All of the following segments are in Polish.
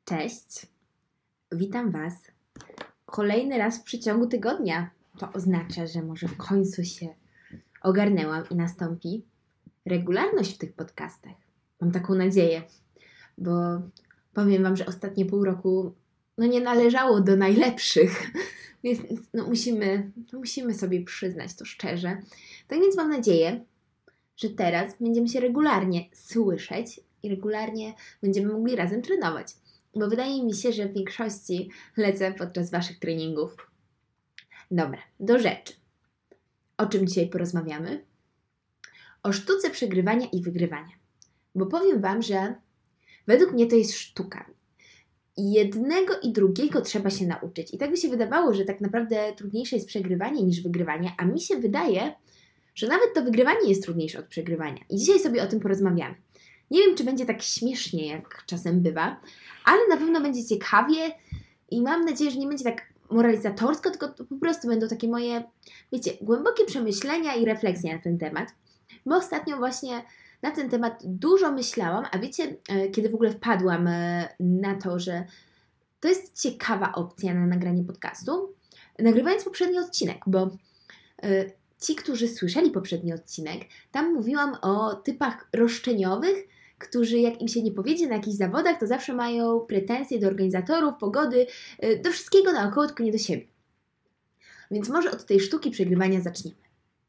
Cześć, witam Was kolejny raz w przeciągu tygodnia. To oznacza, że może w końcu się ogarnęłam i nastąpi regularność w tych podcastach. Mam taką nadzieję, bo powiem Wam, że ostatnie pół roku nie należało do najlepszych, więc musimy sobie przyznać to szczerze. Tak więc mam nadzieję, że teraz będziemy się regularnie słyszeć i regularnie będziemy mogli razem trenować. Bo wydaje mi się, że w większości lecę podczas Waszych treningów. Dobra, do rzeczy. O czym dzisiaj porozmawiamy? O sztuce przegrywania i wygrywania. Bo powiem Wam, że według mnie to jest sztuka. I jednego i drugiego trzeba się nauczyć. I tak by się wydawało, że tak naprawdę trudniejsze jest przegrywanie niż wygrywanie, a mi się wydaje, że nawet to wygrywanie jest trudniejsze od przegrywania. I dzisiaj sobie o tym porozmawiamy. Nie wiem, czy będzie tak śmiesznie, jak czasem bywa, ale na pewno będzie ciekawie i mam nadzieję, że nie będzie tak moralizatorsko, tylko to po prostu będą takie moje, głębokie przemyślenia i refleksje na ten temat. Bo ostatnio właśnie na ten temat dużo myślałam, a kiedy w ogóle wpadłam na to, że to jest ciekawa opcja na nagranie podcastu, nagrywając poprzedni odcinek, bo ci, którzy słyszeli poprzedni odcinek, tam mówiłam o typach roszczeniowych, którzy jak im się nie powiedzie na jakichś zawodach, to zawsze mają pretensje do organizatorów, pogody, do wszystkiego naokoło, tylko nie do siebie. Więc może od tej sztuki przegrywania zaczniemy.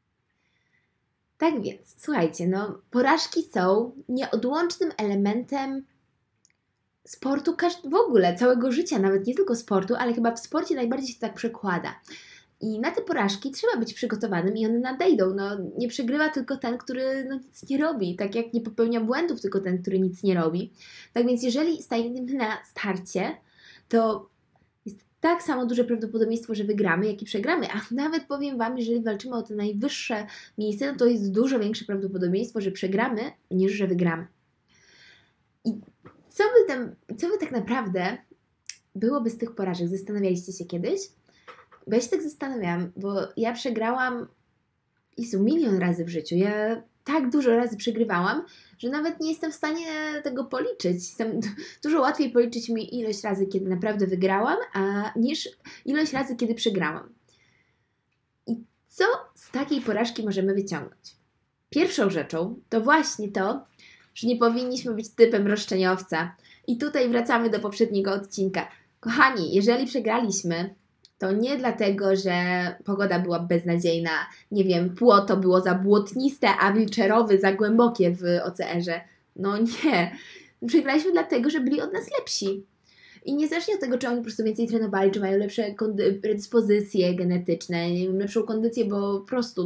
Tak więc, słuchajcie, porażki są nieodłącznym elementem sportu, w ogóle całego życia, nawet nie tylko sportu, ale chyba w sporcie najbardziej się to tak przekłada. I na te porażki trzeba być przygotowanym i one nadejdą. Nie przegrywa tylko ten, który nic nie robi. Tak jak nie popełnia błędów tylko ten, który nic nie robi. Tak więc jeżeli stajemy na starcie, to jest tak samo duże prawdopodobieństwo, że wygramy, jak i przegramy. A nawet powiem Wam, jeżeli walczymy o te najwyższe miejsce, to jest dużo większe prawdopodobieństwo, że przegramy, niż że wygramy. I co by tak naprawdę byłoby z tych porażek? Zastanawialiście się kiedyś? Bo ja się tak zastanawiałam, bo ja przegrałam milion razy w życiu. Ja tak dużo razy przegrywałam, że nawet nie jestem w stanie tego policzyć. Dużo łatwiej policzyć mi ilość razy, kiedy naprawdę wygrałam, niż ilość razy, kiedy przegrałam. I co z takiej porażki możemy wyciągnąć? Pierwszą rzeczą to właśnie to, że nie powinniśmy być typem roszczeniowca. I tutaj wracamy do poprzedniego odcinka. Kochani, jeżeli przegraliśmy, to nie dlatego, że pogoda była beznadziejna, płoto było za błotniste, a wilczerowy za głębokie w OCR-ze. Nie. Przegraliśmy dlatego, że byli od nas lepsi. I niezależnie od tego, czy oni po prostu więcej trenowali, czy mają lepsze predyspozycje genetyczne, lepszą kondycję, bo po prostu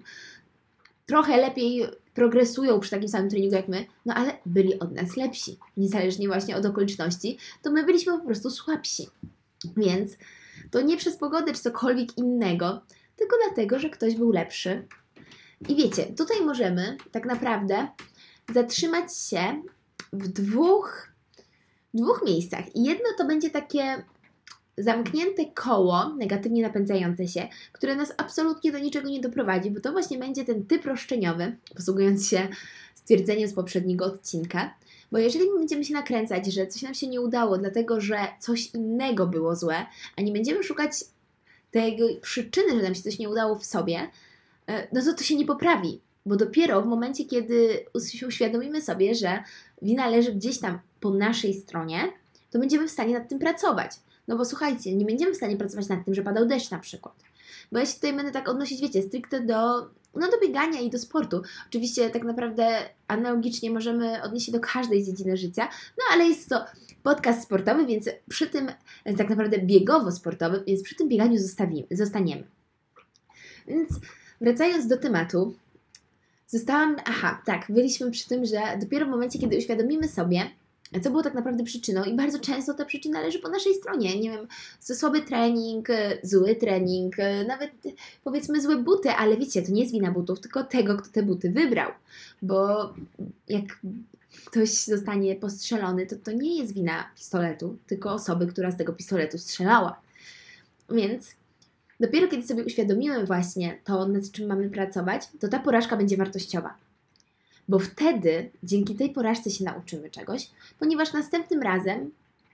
trochę lepiej progresują przy takim samym treningu jak my, ale byli od nas lepsi. Niezależnie właśnie od okoliczności, to my byliśmy po prostu słabsi. Więc to nie przez pogodę czy cokolwiek innego, tylko dlatego, że ktoś był lepszy. I wiecie, tutaj możemy tak naprawdę zatrzymać się w dwóch miejscach. I jedno to będzie takie zamknięte koło, negatywnie napędzające się, które nas absolutnie do niczego nie doprowadzi, bo to właśnie będzie ten typ roszczeniowy, posługując się stwierdzeniem z poprzedniego odcinka. Bo jeżeli będziemy się nakręcać, że coś nam się nie udało, dlatego że coś innego było złe, a nie będziemy szukać tej przyczyny, że nam się coś nie udało w sobie, to się nie poprawi. Bo dopiero w momencie, kiedy uświadomimy sobie, że wina leży gdzieś tam po naszej stronie, to będziemy w stanie nad tym pracować. Bo słuchajcie, nie będziemy w stanie pracować nad tym, że padał deszcz na przykład. Bo ja się tutaj będę tak odnosić, stricte do biegania i do sportu. Oczywiście tak naprawdę analogicznie możemy odnieść się do każdej dziedziny życia, ale jest to podcast sportowy, więc przy tym tak naprawdę biegowo-sportowy, więc przy tym bieganiu zostaniemy. Więc wracając do tematu, byliśmy przy tym, że dopiero w momencie, kiedy uświadomimy sobie, co było tak naprawdę przyczyną i bardzo często ta przyczyna leży po naszej stronie. Słaby trening, zły trening, nawet powiedzmy złe buty, ale wiecie, to nie jest wina butów, tylko tego, kto te buty wybrał. Bo jak ktoś zostanie postrzelony, to nie jest wina pistoletu, tylko osoby, która z tego pistoletu strzelała. Więc dopiero kiedy sobie uświadomimy właśnie to, nad czym mamy pracować, to ta porażka będzie wartościowa. Bo wtedy dzięki tej porażce się nauczymy czegoś, ponieważ następnym razem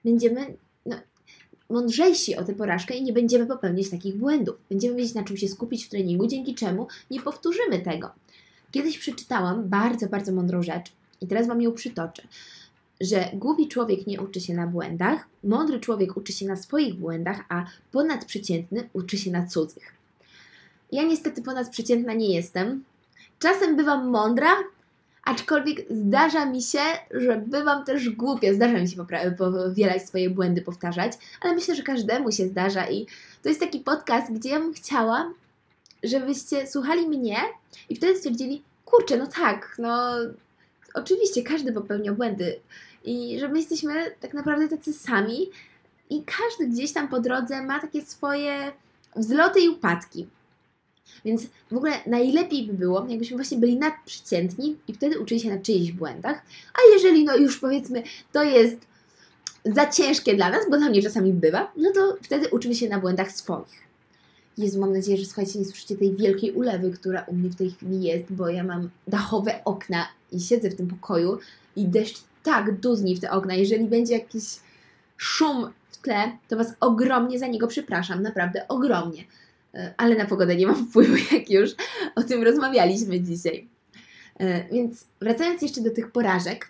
będziemy mądrzejsi o tę porażkę i nie będziemy popełniać takich błędów. Będziemy wiedzieć, na czym się skupić w treningu, dzięki czemu nie powtórzymy tego. Kiedyś przeczytałam bardzo, bardzo mądrą rzecz i teraz Wam ją przytoczę, że głupi człowiek nie uczy się na błędach, mądry człowiek uczy się na swoich błędach, a ponadprzeciętny uczy się na cudzych. Ja niestety ponadprzeciętna nie jestem. Czasem bywam mądra, aczkolwiek zdarza mi się, że bywam też głupia. Zdarza mi się powielać swoje błędy, powtarzać, ale myślę, że każdemu się zdarza i to jest taki podcast, gdzie ja bym chciała, żebyście słuchali mnie i wtedy stwierdzili, kurczę, no tak, no oczywiście każdy popełnia błędy i że my jesteśmy tak naprawdę tacy sami i każdy gdzieś tam po drodze ma takie swoje wzloty i upadki. Więc w ogóle najlepiej by było, jakbyśmy właśnie byli nadprzeciętni i wtedy uczyli się na czyichś błędach, a jeżeli już powiedzmy to jest za ciężkie dla nas, bo dla mnie czasami bywa, no to wtedy uczymy się na błędach swoich. Jezu, mam nadzieję, że słuchajcie, nie słyszycie tej wielkiej ulewy, która u mnie w tej chwili jest, bo ja mam dachowe okna i siedzę w tym pokoju i deszcz tak duzni w te okna. Jeżeli będzie jakiś szum w tle, to Was ogromnie za niego przepraszam, naprawdę ogromnie. Ale na pogodę nie mam wpływu, jak już o tym rozmawialiśmy dzisiaj. Więc wracając jeszcze do tych porażek,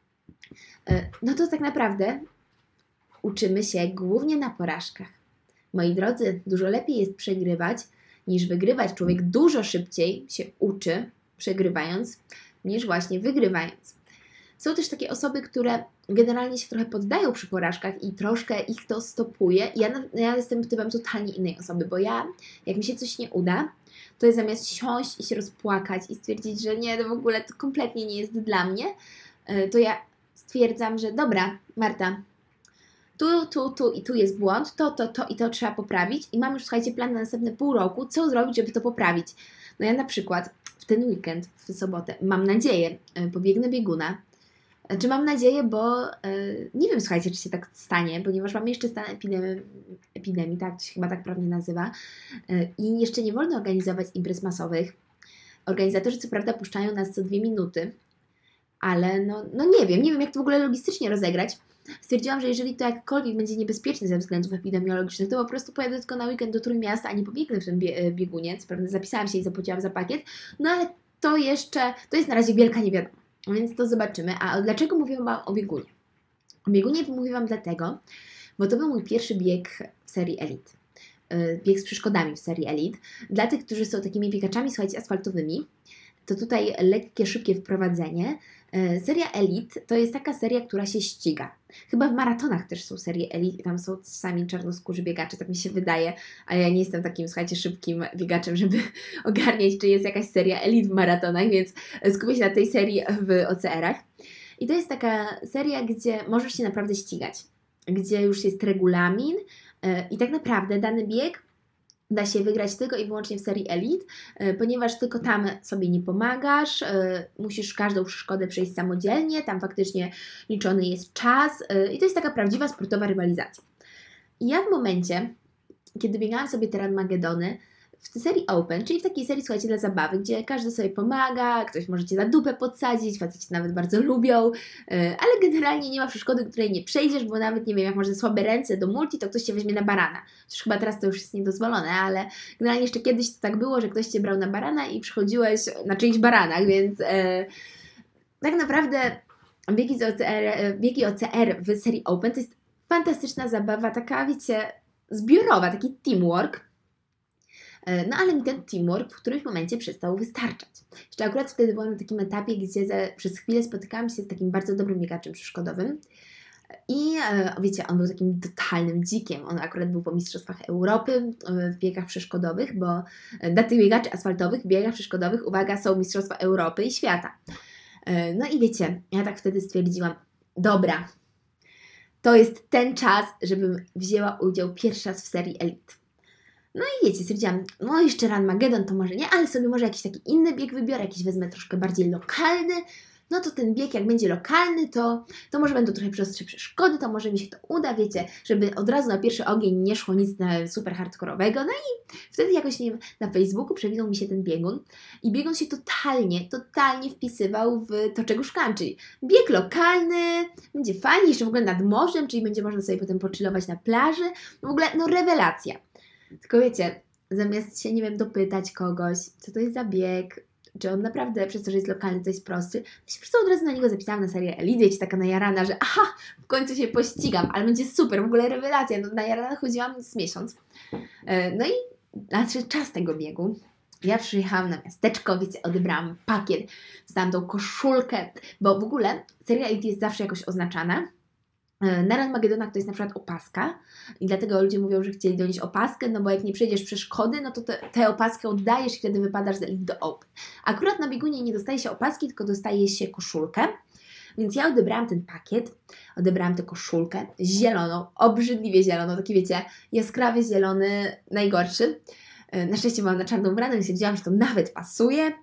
no to tak naprawdę uczymy się głównie na porażkach. Moi drodzy, dużo lepiej jest przegrywać niż wygrywać. Człowiek dużo szybciej się uczy przegrywając niż właśnie wygrywając. Są też takie osoby, które generalnie się trochę poddają przy porażkach i troszkę ich to stopuje. Ja jestem typem totalnie innej osoby, bo jak mi się coś nie uda, to jest zamiast siąść i się rozpłakać i stwierdzić, że nie, to w ogóle to kompletnie nie jest dla mnie, to ja stwierdzam, że dobra, Marta, tu i tu jest błąd, to i to trzeba poprawić i mam już, słuchajcie, plan na następne pół roku, co zrobić, żeby to poprawić. No ja na przykład w ten weekend, w sobotę, mam nadzieję, pobiegnę bieguna. Czy mam nadzieję, bo nie wiem, słuchajcie, czy się tak stanie, ponieważ mamy jeszcze stan epidemii, tak, to się chyba tak prawnie nazywa i jeszcze nie wolno organizować imprez masowych. Organizatorzy co prawda puszczają nas co 2 minuty, ale no nie wiem jak to w ogóle logistycznie rozegrać. Stwierdziłam, że jeżeli to jakkolwiek będzie niebezpieczne ze względów epidemiologicznych, to po prostu pojadę tylko na weekend do Trójmiasta, a nie pobiegnę w tym biegunie. Co prawda zapisałam się i zapłaciłam za pakiet, no ale to jest na razie wielka niewiadoma, więc to zobaczymy. A dlaczego mówię Wam o biegunie? O biegunie mówię Wam dlatego, bo to był mój pierwszy bieg w serii Elite. Bieg z przeszkodami w serii Elite. Dla tych, którzy są takimi biegaczami, słuchajcie, asfaltowymi, to tutaj lekkie, szybkie wprowadzenie. Seria Elite to jest taka seria, która się ściga. Chyba w maratonach też są serie Elite i tam są sami czarnoskórzy biegacze, tak mi się wydaje, ale ja nie jestem takim, słuchajcie, szybkim biegaczem, żeby ogarniać, czy jest jakaś seria Elite w maratonach, więc skupię się na tej serii w OCR-ach. I to jest taka seria, gdzie możesz się naprawdę ścigać, gdzie już jest regulamin i tak naprawdę dany bieg da się wygrać tylko i wyłącznie w serii Elite, ponieważ tylko tam sobie nie pomagasz, musisz każdą przeszkodę przejść samodzielnie, tam faktycznie liczony jest czas i to jest taka prawdziwa sportowa rywalizacja. I ja w momencie, kiedy biegałam sobie te Ranmagedony w serii Open, czyli w takiej serii, słuchajcie, dla zabawy, gdzie każdy sobie pomaga, ktoś może Cię za dupę podsadzić, faceci nawet bardzo lubią, ale generalnie nie ma przeszkody, której nie przejdziesz, bo nawet, nie wiem, jak masz za słabe ręce do multi, to ktoś Cię weźmie na barana. Chociaż chyba teraz to już jest niedozwolone, ale generalnie jeszcze kiedyś to tak było, że ktoś Cię brał na barana i przychodziłeś na czyichś baranach, więc tak naprawdę biegi OCR w serii Open to jest fantastyczna zabawa, taka, wiecie, zbiorowa, taki teamwork. No ale mi ten teamwork w którymś momencie przestał wystarczać. Jeszcze akurat wtedy byłam na takim etapie, gdzie przez chwilę spotykałam się z takim bardzo dobrym biegaczem przeszkodowym i wiecie, on był takim totalnym dzikiem. On akurat był po Mistrzostwach Europy w biegach przeszkodowych, bo dla tych biegaczy asfaltowych w biegach przeszkodowych, uwaga, są Mistrzostwa Europy i świata. No i wiecie, ja tak wtedy stwierdziłam, dobra, to jest ten czas, żebym wzięła udział pierwszy raz w serii Elite. No i wiecie, stwierdziłam, no jeszcze Ranmagedon to może nie, ale sobie może jakiś taki inny bieg wybiorę, jakiś wezmę troszkę bardziej lokalny. no to ten bieg jak będzie lokalny, to może będą trochę prostsze przeszkody, to może mi się to uda, wiecie, żeby od razu na pierwszy ogień nie szło nic super hardkorowego. No i wtedy jakoś, nie wiem, na Facebooku przewinął mi się ten biegun i biegun się totalnie wpisywał w to, czego szukałam, czyli bieg lokalny, będzie fajnie, jeszcze w ogóle nad morzem, czyli będzie można sobie potem pochillować na plaży, w ogóle, no rewelacja. Tylko wiecie, zamiast się, nie wiem, dopytać kogoś, co to jest za bieg, czy on naprawdę przez to, że jest lokalny, to jest prosty, to się po prostu od razu na niego zapisałam na serię Elite, wiecie, taka najarana, że aha, w końcu się pościgam, ale będzie super, w ogóle rewelacja, no najarana chodziłam z miesiąc. No i nadszedł czas tego biegu. Ja przyjechałam na miasteczko, wiecie, odebrałam pakiet, dostałam tą koszulkę, bo w ogóle seria Elite jest zawsze jakoś oznaczana. Na Run Magedonach to jest na przykład opaska i dlatego ludzie mówią, że chcieli donieść opaskę, no bo jak nie przejdziesz przeszkody, no to tę opaskę oddajesz i wtedy wypadasz z Elite do Open. Akurat na biegunie nie dostaje się opaski, tylko dostaje się koszulkę, więc ja odebrałam ten pakiet, odebrałam tę koszulkę zieloną, obrzydliwie zieloną, taki wiecie, jaskrawy zielony, najgorszy. Na szczęście mam na czarną ubraną, więc wiedziałam, że to nawet pasuje.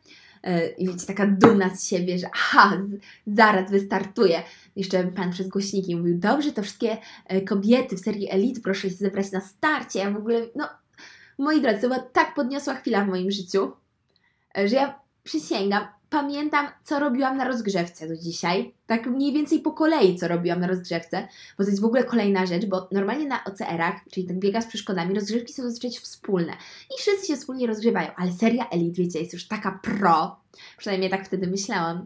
I wiecie, taka dumna z siebie, że aha, zaraz wystartuję. Jeszcze pan przez głośniki mówił, dobrze, to wszystkie kobiety w serii Elite proszę się zebrać na starcie. Ja w ogóle, no, moi drodzy, to była tak podniosła chwila w moim życiu, że ja przysięgam, pamiętam, co robiłam na rozgrzewce do dzisiaj. Tak mniej więcej po kolei, co robiłam na rozgrzewce, bo to jest w ogóle kolejna rzecz, bo normalnie na OCR-ach, czyli tak biega z przeszkodami, rozgrzewki są zazwyczaj wspólne i wszyscy się wspólnie rozgrzewają, ale seria Elite, wiecie, jest już taka pro, przynajmniej tak wtedy myślałam,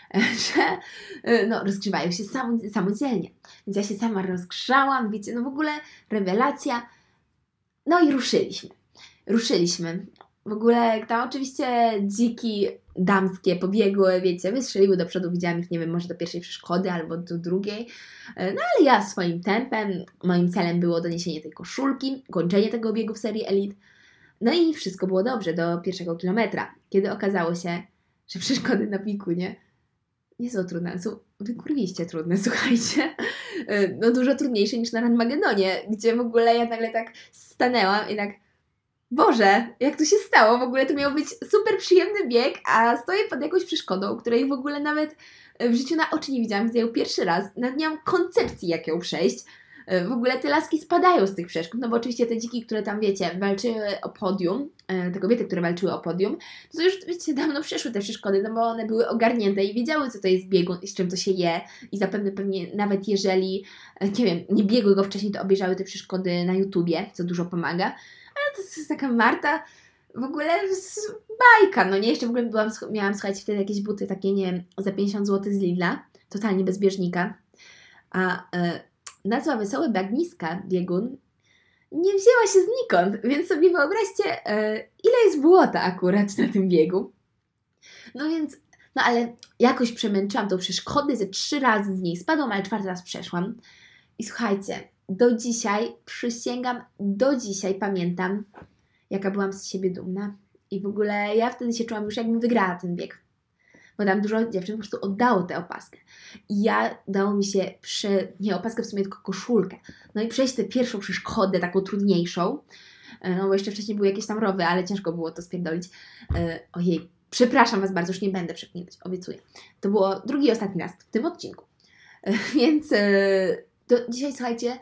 że no, rozgrzewają się samodzielnie. Więc ja się sama rozgrzałam, wiecie, no w ogóle rewelacja. No i ruszyliśmy. W ogóle tam oczywiście dziki damskie pobiegły, wiecie, wystrzeliły do przodu, widziałam ich, nie wiem, może do pierwszej przeszkody albo do drugiej. No ale ja swoim tempem, moim celem było doniesienie tej koszulki, kończenie tego biegu w serii Elite. No i wszystko było dobrze do pierwszego kilometra, kiedy okazało się, że przeszkody na biegunie nie są trudne, są wykurwiście trudne, słuchajcie. No dużo trudniejsze niż na Run Magedonie, gdzie w ogóle ja nagle tak stanęłam i tak Boże, jak to się stało? W ogóle to miał być super przyjemny bieg, a stoję pod jakąś przeszkodą, której w ogóle nawet w życiu na oczy nie widziałam, widzę ją pierwszy raz. Nawet nie mam koncepcji, jak ją przejść. W ogóle te laski spadają z tych przeszkód, no bo oczywiście te dziki, które tam, wiecie, walczyły o podium, te kobiety, które walczyły o podium, to już, wiecie, dawno przeszły te przeszkody, no bo one były ogarnięte i wiedziały, co to jest biegun i z czym to się je i zapewne pewnie nawet jeżeli, nie wiem, nie biegły go wcześniej, to obejrzały te przeszkody na YouTubie, co dużo pomaga. Ale to jest taka Marta, w ogóle bajka, no nie? Jeszcze w ogóle miałam, słuchajcie, wtedy jakieś buty takie, nie wiem, za 50 zł z Lidla, totalnie bez bieżnika, a nazwa Wesołe Bagniska biegun nie wzięła się znikąd, więc sobie wyobraźcie, ile jest błota akurat na tym biegu. No więc, no ale jakoś przemęczyłam tą przeszkodę, ze 3 razy z niej spadłam, ale 4 raz przeszłam. I słuchajcie, do dzisiaj, przysięgam, do dzisiaj pamiętam, jaka byłam z siebie dumna. I w ogóle ja wtedy się czułam już, jakbym wygrała ten bieg. Bo tam dużo dziewczyn po prostu oddało tę opaskę. I ja dało mi się, nie opaskę w sumie, tylko koszulkę. No i przejść tę pierwszą przeszkodę, taką trudniejszą. No bo jeszcze wcześniej były jakieś tam rowy, ale ciężko było to spierdolić. Ojej, przepraszam Was bardzo, już nie będę przeklinać, obiecuję. To było drugi i ostatni raz w tym odcinku. Więc do dzisiaj, słuchajcie,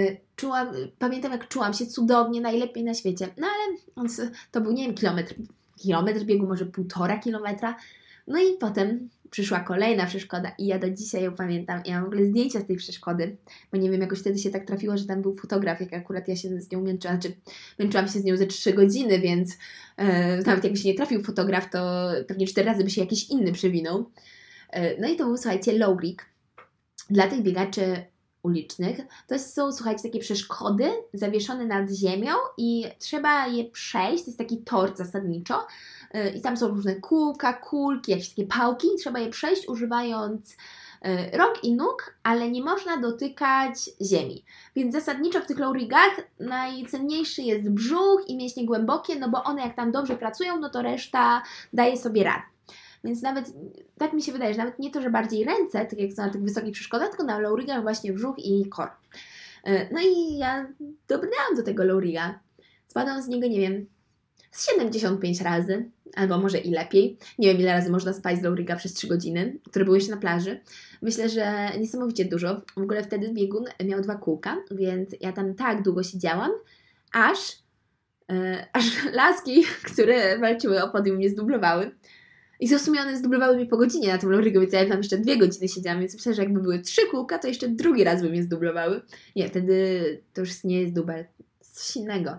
pamiętam, jak czułam się cudownie, najlepiej na świecie. No ale to był, nie wiem, kilometr biegu, może 1,5 kilometra. No i potem przyszła kolejna przeszkoda i ja do dzisiaj ją pamiętam. Ja mam w ogóle zdjęcia z tej przeszkody, bo nie wiem, jakoś wtedy się tak trafiło, że tam był fotograf, jak akurat ja się z nią męczyłam. Męczyłam się z nią ze 3 godziny, więc nawet jakby się nie trafił fotograf, to pewnie 4 razy by się jakiś inny przewinął. No i to był, słuchajcie, low rig. Dla tych biegaczy ulicznych to są, słuchajcie, takie przeszkody zawieszone nad ziemią i trzeba je przejść, to jest taki tor zasadniczo i tam są różne kółka, kulki, jakieś takie pałki i trzeba je przejść używając rąk i nóg, ale nie można dotykać ziemi. Więc zasadniczo w tych low rigach najcenniejszy jest brzuch i mięśnie głębokie, no bo one jak tam dobrze pracują, no to reszta daje sobie radę. Więc nawet, tak mi się wydaje, że nawet nie to, że bardziej ręce, tak jak są na tych wysokich przeszkodach, tylko na low rigach właśnie brzuch i core. No i ja dobrnęłam do tego low riga. Spadłam z niego, nie wiem, z 75 razy, albo może i lepiej. Nie wiem, ile razy można spać z low riga przez 3 godziny, które były jeszcze na plaży. Myślę, że niesamowicie dużo. W ogóle wtedy biegun miał 2 kółka, więc ja tam tak długo siedziałam, aż laski, które walczyły o podium, mnie zdublowały. I w sumie one zdublowały mnie po godzinie na tym low rigu, więc ja tam jeszcze 2 godziny siedziałam, więc myślę, że jakby były 3 kółka, to jeszcze drugi raz by mnie zdublowały. Nie, wtedy to już nie jest dubel, coś innego.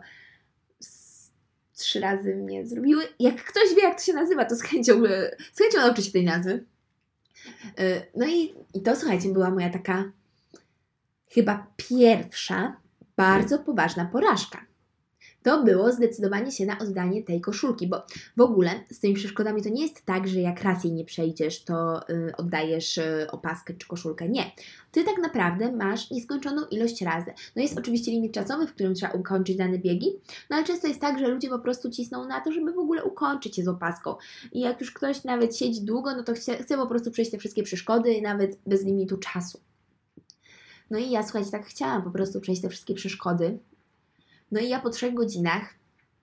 3 razy mnie zrobiły. Jak ktoś wie, jak to się nazywa, to z chęcią nauczę się tej nazwy. No i to, słuchajcie, była moja taka chyba pierwsza bardzo poważna porażka. To było zdecydowanie się na oddanie tej koszulki, bo w ogóle z tymi przeszkodami to nie jest tak, że jak raz jej nie przejdziesz, to oddajesz opaskę czy koszulkę. Nie. Ty tak naprawdę masz nieskończoną ilość razy. No jest oczywiście limit czasowy, w którym trzeba ukończyć dane biegi, no ale często jest tak, że ludzie po prostu cisną na to, żeby w ogóle ukończyć je z opaską. I jak już ktoś nawet siedzi długo, no to chce po prostu przejść te wszystkie przeszkody nawet bez limitu czasu. No i ja, słuchajcie, tak chciałam po prostu przejść te wszystkie przeszkody. No i ja po 3 godzinach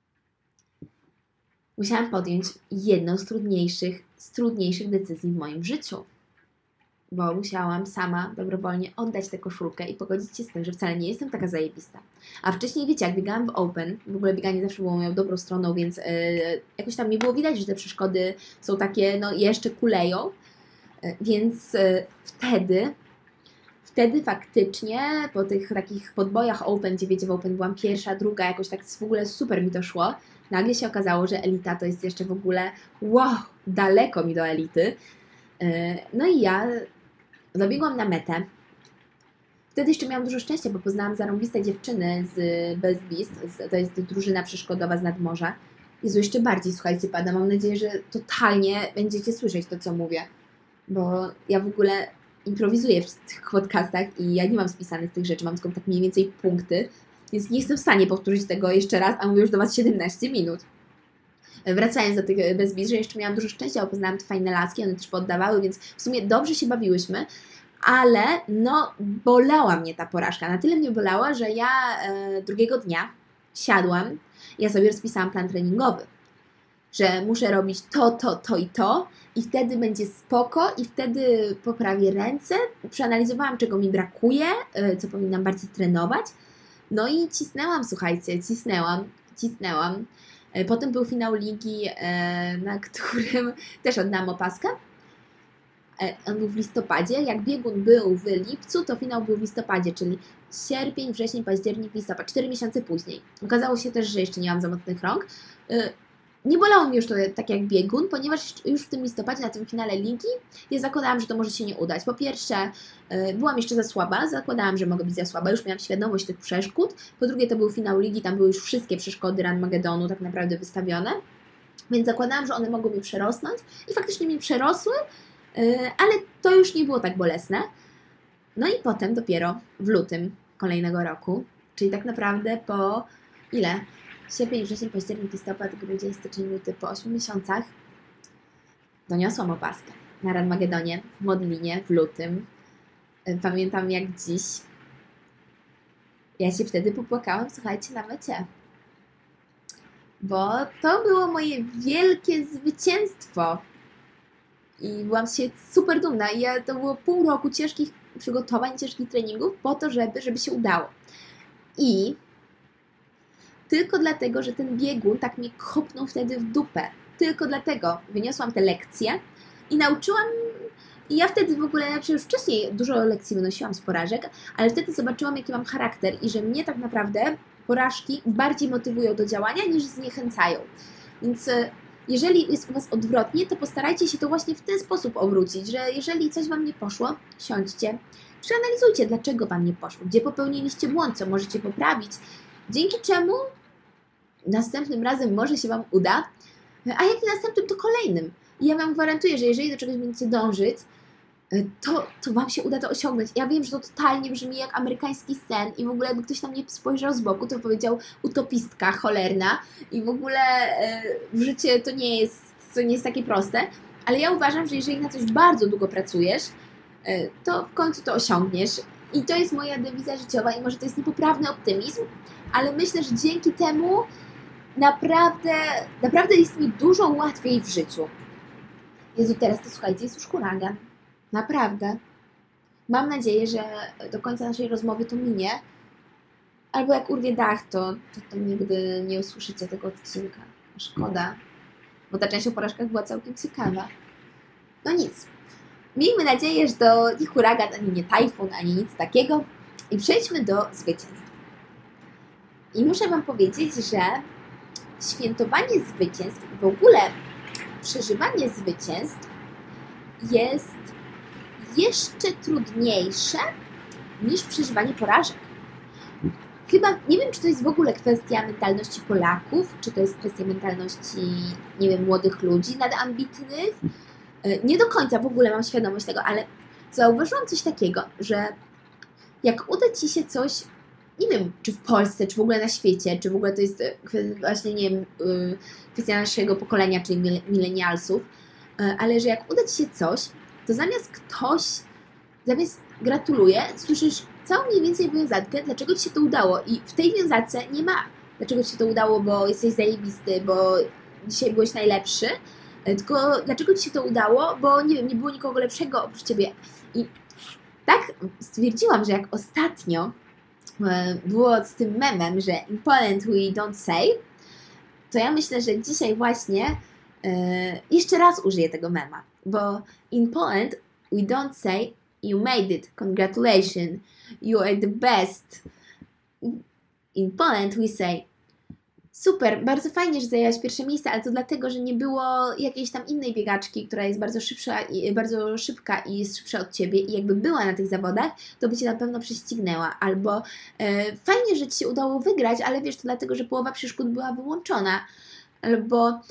musiałam podjąć jedną z trudniejszych decyzji w moim życiu. Bo musiałam sama dobrowolnie oddać tę koszulkę i pogodzić się z tym, że wcale nie jestem taka zajebista. A wcześniej, wiecie, jak biegałam w Open, w ogóle bieganie zawsze było moją dobrą stroną, więc jakoś tam nie było widać, że te przeszkody są takie, no jeszcze kuleją. Więc wtedy faktycznie po tych takich podbojach Open, gdzie wiecie, w Open byłam pierwsza, druga, jakoś tak w ogóle super mi to szło. Nagle się okazało, że elita to jest jeszcze w ogóle, wow, daleko mi do elity. No i ja dobiegłam na metę. Wtedy jeszcze miałam dużo szczęścia, bo poznałam zarąbiste dziewczyny z Best Beast, to jest drużyna przeszkodowa z nadmorza. Jezu, jeszcze bardziej, słuchajcie, pada. Mam nadzieję, że totalnie będziecie słyszeć to, co mówię. Bo ja w ogóle improwizuję w tych podcastach i ja nie mam spisanych tych rzeczy, mam tylko tak mniej więcej punkty, więc nie jestem w stanie powtórzyć tego jeszcze raz, a mówię już do Was 17 minut. Wracając do tych Best Beast, że jeszcze miałam dużo szczęścia, bo poznałam te fajne laski, one też poddawały, więc w sumie dobrze się bawiłyśmy, ale no bolała mnie ta porażka. Na tyle mnie bolała, że ja drugiego dnia siadłam, ja sobie rozpisałam plan treningowy, że muszę robić to i wtedy będzie spoko i wtedy poprawię ręce, przeanalizowałam, czego mi brakuje, co powinnam bardziej trenować. No i cisnęłam, słuchajcie, cisnęłam. Potem był finał ligi, na którym też oddałam opaskę. On był w listopadzie. Jak biegun był w lipcu, to finał był w listopadzie, czyli sierpień, wrzesień, październik, listopad, 4 miesiące później. Okazało się też, że jeszcze nie mam za mocnych rąk. Nie bolało mnie już to tak jak biegun, ponieważ już w tym listopadzie, na tym finale ligi, ja zakładałam, że to może się nie udać. Po pierwsze, byłam jeszcze za słaba, zakładałam, że mogę być za słaba, już miałam świadomość tych przeszkód. Po drugie, to był finał ligi, tam były już wszystkie przeszkody Ranmagedonu tak naprawdę wystawione, więc zakładałam, że one mogą mi przerosnąć i faktycznie mi przerosły, ale to już nie było tak bolesne. No i potem dopiero w lutym kolejnego roku, czyli tak naprawdę po ile? Sierpień, wrzesień, październik, listopad, grudzień, styczeń, luty, po 8 miesiącach doniosłam opaskę na Ranmagedonie, w Modlinie, w lutym. Pamiętam jak dziś. Ja się wtedy popłakałam, słuchajcie, na mecie. Bo to było moje wielkie zwycięstwo. I byłam z siebie super dumna. I to było pół roku ciężkich przygotowań, ciężkich treningów po to, żeby się udało. I tylko dlatego, że ten biegun tak mnie kopnął wtedy w dupę. Tylko dlatego wyniosłam te lekcje i nauczyłam. I ja wtedy w ogóle, już wcześniej dużo lekcji wynosiłam z porażek, ale wtedy zobaczyłam, jaki mam charakter i że mnie tak naprawdę porażki bardziej motywują do działania niż zniechęcają. Więc jeżeli jest u Was odwrotnie, to postarajcie się to właśnie w ten sposób obrócić, że jeżeli coś Wam nie poszło, siądźcie, przeanalizujcie, dlaczego Wam nie poszło, gdzie popełniliście błąd, co możecie poprawić, dzięki czemu następnym razem może się Wam uda, a jak nie następnym, to kolejnym. I ja Wam gwarantuję, że jeżeli do czegoś będziecie dążyć, to Wam się uda to osiągnąć. Ja wiem, że to totalnie brzmi jak amerykański sen i w ogóle jakby ktoś na mnie spojrzał z boku, to powiedział utopistka cholerna i w ogóle w życie to nie jest takie proste, ale ja uważam, że jeżeli na coś bardzo długo pracujesz, to w końcu to osiągniesz i to jest moja dewiza życiowa i może to jest niepoprawny optymizm, ale myślę, że dzięki temu naprawdę jest mi dużo łatwiej w życiu. Jezu, teraz to słuchajcie, jest już huragan. Naprawdę. Mam nadzieję, że do końca naszej rozmowy to minie. Albo jak urwie dach, to nigdy nie usłyszycie tego odcinka. Szkoda, bo ta część o porażkach była całkiem ciekawa. No nic. Miejmy nadzieję, że to nie huragan, ani nie tajfun, ani nic takiego. I przejdźmy do zwycięstw. I muszę Wam powiedzieć, że świętowanie zwycięstw, w ogóle przeżywanie zwycięstw jest jeszcze trudniejsze niż przeżywanie porażek. Chyba, nie wiem, czy to jest w ogóle kwestia mentalności Polaków, czy to jest kwestia mentalności, nie wiem, młodych ludzi nadambitnych. Nie do końca w ogóle mam świadomość tego, ale zauważyłam coś takiego, że jak uda Ci się coś, nie wiem, czy w Polsce, czy w ogóle na świecie, czy w ogóle to jest właśnie, nie wiem, kwestia naszego pokolenia, czyli milenialsów, ale że jak uda Ci się coś, to zamiast gratuluję, słyszysz całą mniej więcej wiązatkę, dlaczego Ci się to udało. I w tej wiązatce nie ma, dlaczego Ci się to udało, bo jesteś zajebisty, bo dzisiaj byłeś najlepszy, tylko dlaczego Ci się to udało, bo nie wiem, nie było nikogo lepszego oprócz Ciebie. I tak stwierdziłam, że jak ostatnio było z tym memem, że in Poland we don't say, to ja myślę, że dzisiaj właśnie jeszcze raz użyję tego mema, bo in Poland we don't say you made it, congratulations, you are the best. In Poland we say super, bardzo fajnie, że zajęłaś pierwsze miejsce, ale to dlatego, że nie było jakiejś tam innej biegaczki, która jest bardzo szybka i jest szybsza od Ciebie i jakby była na tych zawodach, to by Cię na pewno prześcignęła. Albo fajnie, że Ci się udało wygrać, ale wiesz, to dlatego, że połowa przeszkód była wyłączona. Albo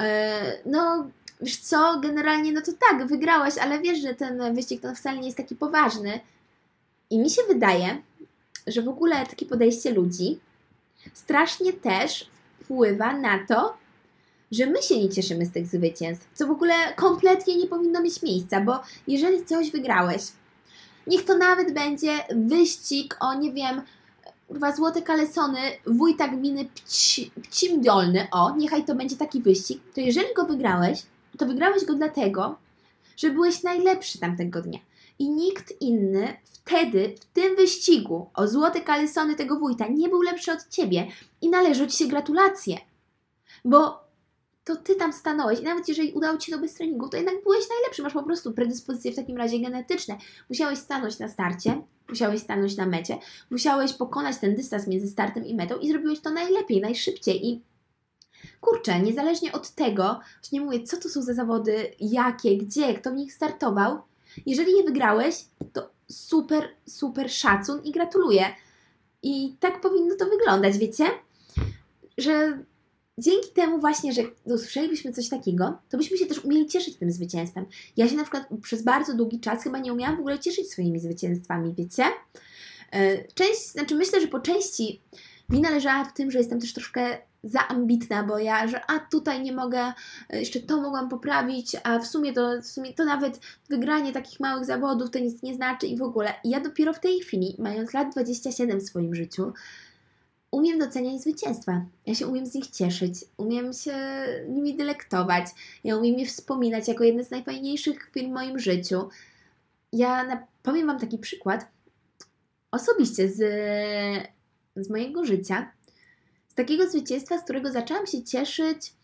no wiesz co, generalnie no to tak, wygrałaś, ale wiesz, że ten wyścig to wcale nie jest taki poważny. I mi się wydaje, że w ogóle takie podejście ludzi strasznie też wpływa na to, że my się nie cieszymy z tych zwycięstw, co w ogóle kompletnie nie powinno mieć miejsca, bo jeżeli coś wygrałeś, niech to nawet będzie wyścig o, nie wiem, złote kalesony wójta gminy Pcim Dolny, niechaj to będzie taki wyścig, to jeżeli go wygrałeś, to wygrałeś go dlatego, że byłeś najlepszy tamtego dnia. I nikt inny wtedy, w tym wyścigu o złote kalesony tego wójta nie był lepszy od Ciebie i należą Ci się gratulacje. Bo to Ty tam stanąłeś i nawet jeżeli udało Ci się to bez treningów, to jednak byłeś najlepszy. Masz po prostu predyspozycje w takim razie genetyczne. Musiałeś stanąć na starcie, musiałeś stanąć na mecie, musiałeś pokonać ten dystans między startem i metą i zrobiłeś to najlepiej, najszybciej. I kurczę, niezależnie od tego, właśnie mówię, co to są za zawody, jakie, gdzie, kto w nich startował, jeżeli je wygrałeś, to super, super szacun i gratuluję. I tak powinno to wyglądać, wiecie? Że dzięki temu właśnie, że usłyszelibyśmy coś takiego, to byśmy się też umieli cieszyć tym zwycięstwem. Ja się na przykład przez bardzo długi czas chyba nie umiałam w ogóle cieszyć swoimi zwycięstwami, wiecie? Myślę, że po części wina leżała w tym, że jestem też troszkę za ambitna, bo ja, że tutaj nie mogę, jeszcze to mogłam poprawić, a w sumie to nawet wygranie takich małych zawodów to nic nie znaczy i w ogóle. I ja dopiero w tej chwili, mając lat 27 w swoim życiu, umiem doceniać zwycięstwa. Ja się umiem z nich cieszyć, umiem się nimi delektować, ja umiem je wspominać jako jedne z najfajniejszych chwil w moim życiu. Powiem Wam taki przykład osobiście z mojego życia, z takiego zwycięstwa, z którego zaczęłam się cieszyć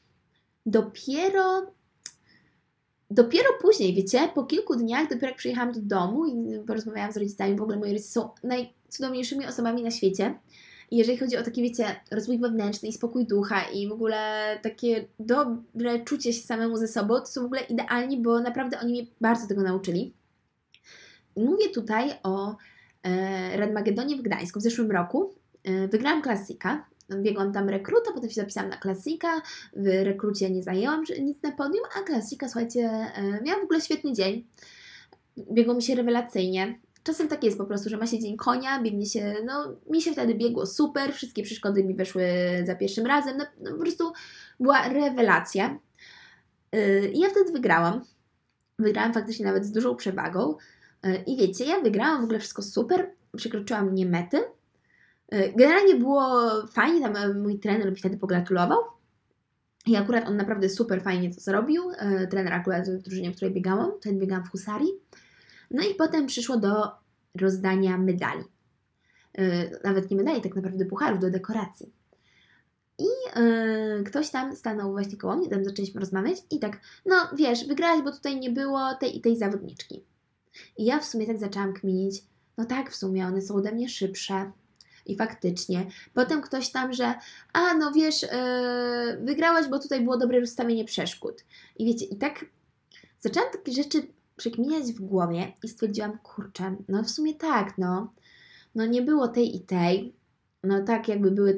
dopiero później, wiecie, po kilku dniach, dopiero jak przyjechałam do domu i porozmawiałam z rodzicami, w ogóle moi rodzice są najcudowniejszymi osobami na świecie. I jeżeli chodzi o taki, wiecie, rozwój wewnętrzny i spokój ducha i w ogóle takie dobre czucie się samemu ze sobą, to są w ogóle idealni, bo naprawdę oni mnie bardzo tego nauczyli. Mówię tutaj o Radmagedonie w Gdańsku w zeszłym roku. Wygrałam klasyka. Biegłam tam rekruta, potem się zapisałam na klasika. W rekrucie nie zajęłam nic na podium, a klasika, słuchajcie, miałam w ogóle świetny dzień. Biegło mi się rewelacyjnie. Czasem tak jest po prostu, że ma się dzień konia, biegnie się, mi się wtedy biegło super, wszystkie przeszkody mi weszły za pierwszym razem, po prostu była rewelacja. I ja wtedy wygrałam. Wygrałam faktycznie nawet z dużą przewagą. I wiecie, ja wygrałam w ogóle wszystko super, przekroczyłam mnie mety. Generalnie było fajnie, tam mój trener mi wtedy pogratulował i akurat on naprawdę super fajnie to zrobił. Trener akurat w drużynie, w której biegałam, wtedy biegałam w husarii. No i potem przyszło do rozdania medali. Nawet nie medali, tak naprawdę pucharów do dekoracji. I ktoś tam stanął właśnie koło mnie, tam zaczęliśmy rozmawiać i tak, no wiesz, wygrałaś, bo tutaj nie było tej i tej zawodniczki. I ja w sumie tak zaczęłam kminić, no tak, w sumie one są ode mnie szybsze. I faktycznie. Potem ktoś tam, że no wiesz, wygrałaś, bo tutaj było dobre rozstawienie przeszkód. I wiecie, i tak zaczęłam takie rzeczy przekminiać w głowie i stwierdziłam, kurczę, no w sumie tak, no nie było tej i tej, no tak jakby były,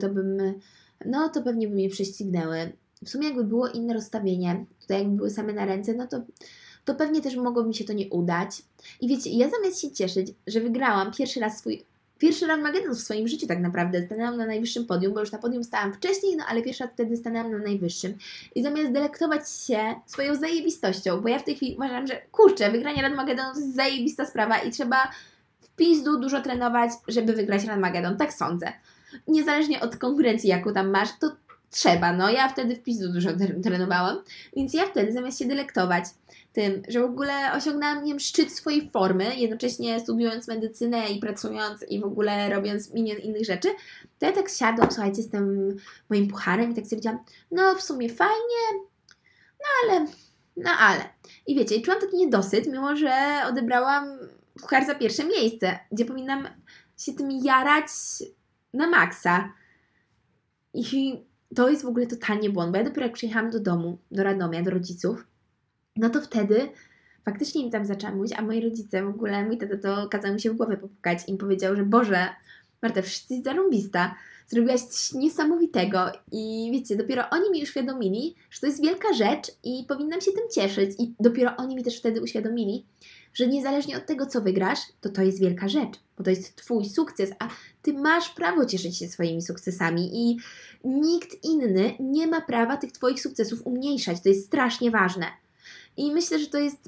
to pewnie by mnie prześcignęły. W sumie jakby było inne rozstawienie, tutaj jakby były same na ręce, no to pewnie też mogłoby mi się to nie udać. I wiecie, ja zamiast się cieszyć, że wygrałam pierwszy Ranmagedon w swoim życiu tak naprawdę, stanęłam na najwyższym podium, bo już na podium stałam wcześniej, no ale pierwszy raz wtedy stanęłam na najwyższym. I zamiast delektować się swoją zajebistością, bo ja w tej chwili uważam, że kurczę, wygranie Ranmagedonu to jest zajebista sprawa i trzeba w pizdu dużo trenować, żeby wygrać Ranmagedon, tak sądzę. Niezależnie od konkurencji, jaką tam masz, to trzeba, no ja wtedy w pizdu dużo trenowałam, więc ja wtedy zamiast się delektować tym, że w ogóle osiągnęłam, nie wiem, szczyt swojej formy, jednocześnie studiując medycynę i pracując i w ogóle robiąc milion innych rzeczy, to ja tak siadłam, słuchajcie, z tym moim pucharem i tak stwierdziłam, no w sumie fajnie, no ale. I wiecie, i czułam taki niedosyt, mimo że odebrałam puchar za pierwsze miejsce, gdzie powinnam się tym jarać na maksa. I to jest w ogóle totalnie błąd, bo ja dopiero jak przyjechałam do domu, do Radomia, do rodziców, no to wtedy faktycznie im tam zaczęłam mówić, a moi rodzice w ogóle, mój tata to kazał mi się w głowę popukać i im powiedział, że Boże, Marta, wszyscy jest zarąbista, zrobiłaś coś niesamowitego i wiecie, dopiero oni mi uświadomili, że to jest wielka rzecz i powinnam się tym cieszyć i dopiero oni mi też wtedy uświadomili, że niezależnie od tego, co wygrasz, to jest wielka rzecz, bo to jest Twój sukces, a Ty masz prawo cieszyć się swoimi sukcesami i nikt inny nie ma prawa tych Twoich sukcesów umniejszać, to jest strasznie ważne. I myślę, że to jest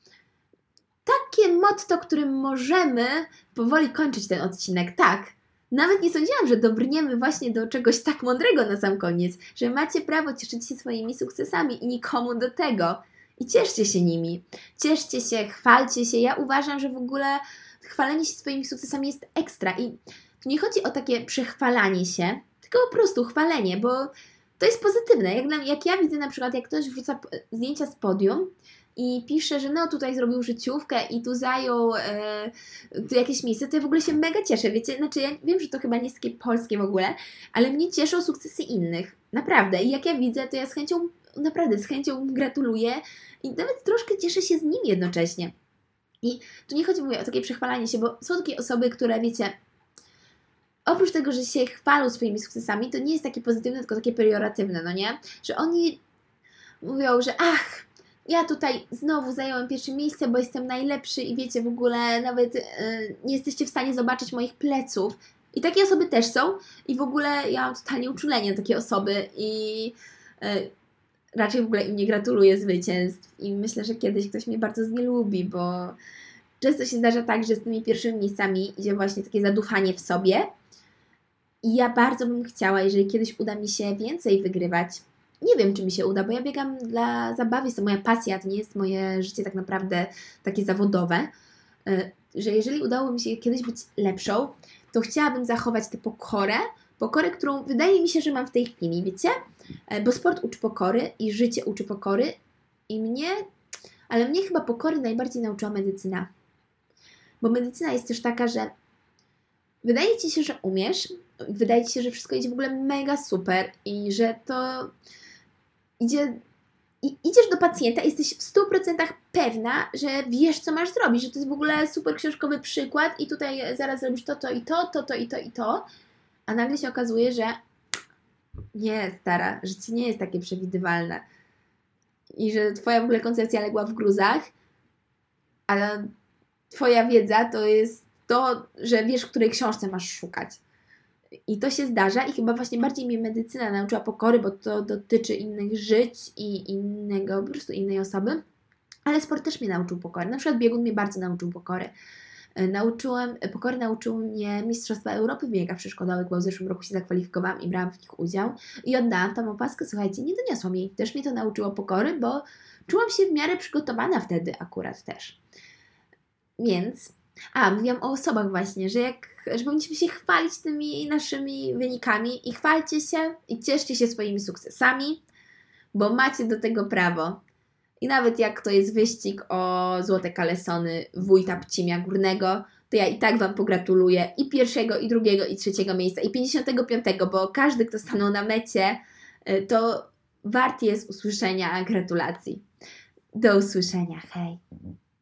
takie motto, którym możemy powoli kończyć ten odcinek. Tak, nawet nie sądziłam, że dobrniemy właśnie do czegoś tak mądrego na sam koniec, że macie prawo cieszyć się swoimi sukcesami i nikomu do tego. I cieszcie się nimi. Cieszcie się, chwalcie się. Ja uważam, że w ogóle chwalenie się swoimi sukcesami jest ekstra. I tu nie chodzi o takie przechwalanie się, tylko po prostu chwalenie, bo to jest pozytywne. Jak ja widzę na przykład, jak ktoś wrzuca zdjęcia z podium i pisze, że no tutaj zrobił życiówkę i tu zajął tu jakieś miejsce, to ja w ogóle się mega cieszę, wiecie, znaczy ja wiem, że to chyba nie jest takie polskie w ogóle, ale mnie cieszą sukcesy innych, naprawdę. I jak ja widzę, to ja z chęcią gratuluję i nawet troszkę cieszę się z nim jednocześnie. I tu nie chodzi, mówię, o takie przechwalanie się, bo są takie osoby, które, wiecie, oprócz tego, że się chwalą swoimi sukcesami, to nie jest takie pozytywne, tylko takie pejoratywne, no nie? Że oni mówią, że ja tutaj znowu zająłem pierwsze miejsce, bo jestem najlepszy i wiecie, w ogóle nawet nie jesteście w stanie zobaczyć moich pleców. I takie osoby też są i w ogóle ja mam totalnie uczulenie na takie osoby i raczej w ogóle im nie gratuluję zwycięstw i myślę, że kiedyś ktoś mnie bardzo znielubi, bo często się zdarza tak, że z tymi pierwszymi miejscami idzie właśnie takie zadufanie w sobie i ja bardzo bym chciała, jeżeli kiedyś uda mi się więcej wygrywać. Nie wiem, czy mi się uda, bo ja biegam dla zabawy, jest to moja pasja, to nie jest moje życie tak naprawdę takie zawodowe, że jeżeli udało mi się kiedyś być lepszą, to chciałabym zachować tę pokorę, którą wydaje mi się, że mam w tej chwili, wiecie? Bo sport uczy pokory i życie uczy pokory ale mnie chyba pokory najbardziej nauczyła medycyna. Bo medycyna jest też taka, że wydaje Ci się, że umiesz, wydaje Ci się, że wszystko idzie w ogóle mega super i że to idziesz do pacjenta i jesteś w 100% pewna, że wiesz, co masz zrobić, że to jest w ogóle super książkowy przykład i tutaj zaraz zrobisz to i to, a nagle się okazuje, że nie, stara, życie nie jest takie przewidywalne i że Twoja w ogóle koncepcja legła w gruzach, a Twoja wiedza to jest to, że wiesz, w której książce masz szukać. I to się zdarza i chyba właśnie bardziej mnie medycyna nauczyła pokory, bo to dotyczy innych żyć i po prostu innej osoby. Ale sport też mnie nauczył pokory. Na przykład biegun mnie bardzo nauczył pokory. Pokory nauczyły mnie Mistrzostwa Europy w biegach przyszkodowych, bo w zeszłym roku się zakwalifikowałam i brałam w nich udział i oddałam tam opaskę, słuchajcie, nie doniosłam jej. Też mnie to nauczyło pokory, bo czułam się w miarę przygotowana wtedy akurat też. Więc, mówiłam o osobach właśnie, że powinniśmy się chwalić tymi naszymi wynikami i chwalcie się i cieszcie się swoimi sukcesami, bo macie do tego prawo. I nawet jak to jest wyścig o złote kalesony wójta Pcimia Górnego, to ja i tak Wam pogratuluję i pierwszego, i drugiego, i trzeciego miejsca, i 55, bo każdy, kto stanął na mecie, to wart jest usłyszenia gratulacji. Do usłyszenia, hej!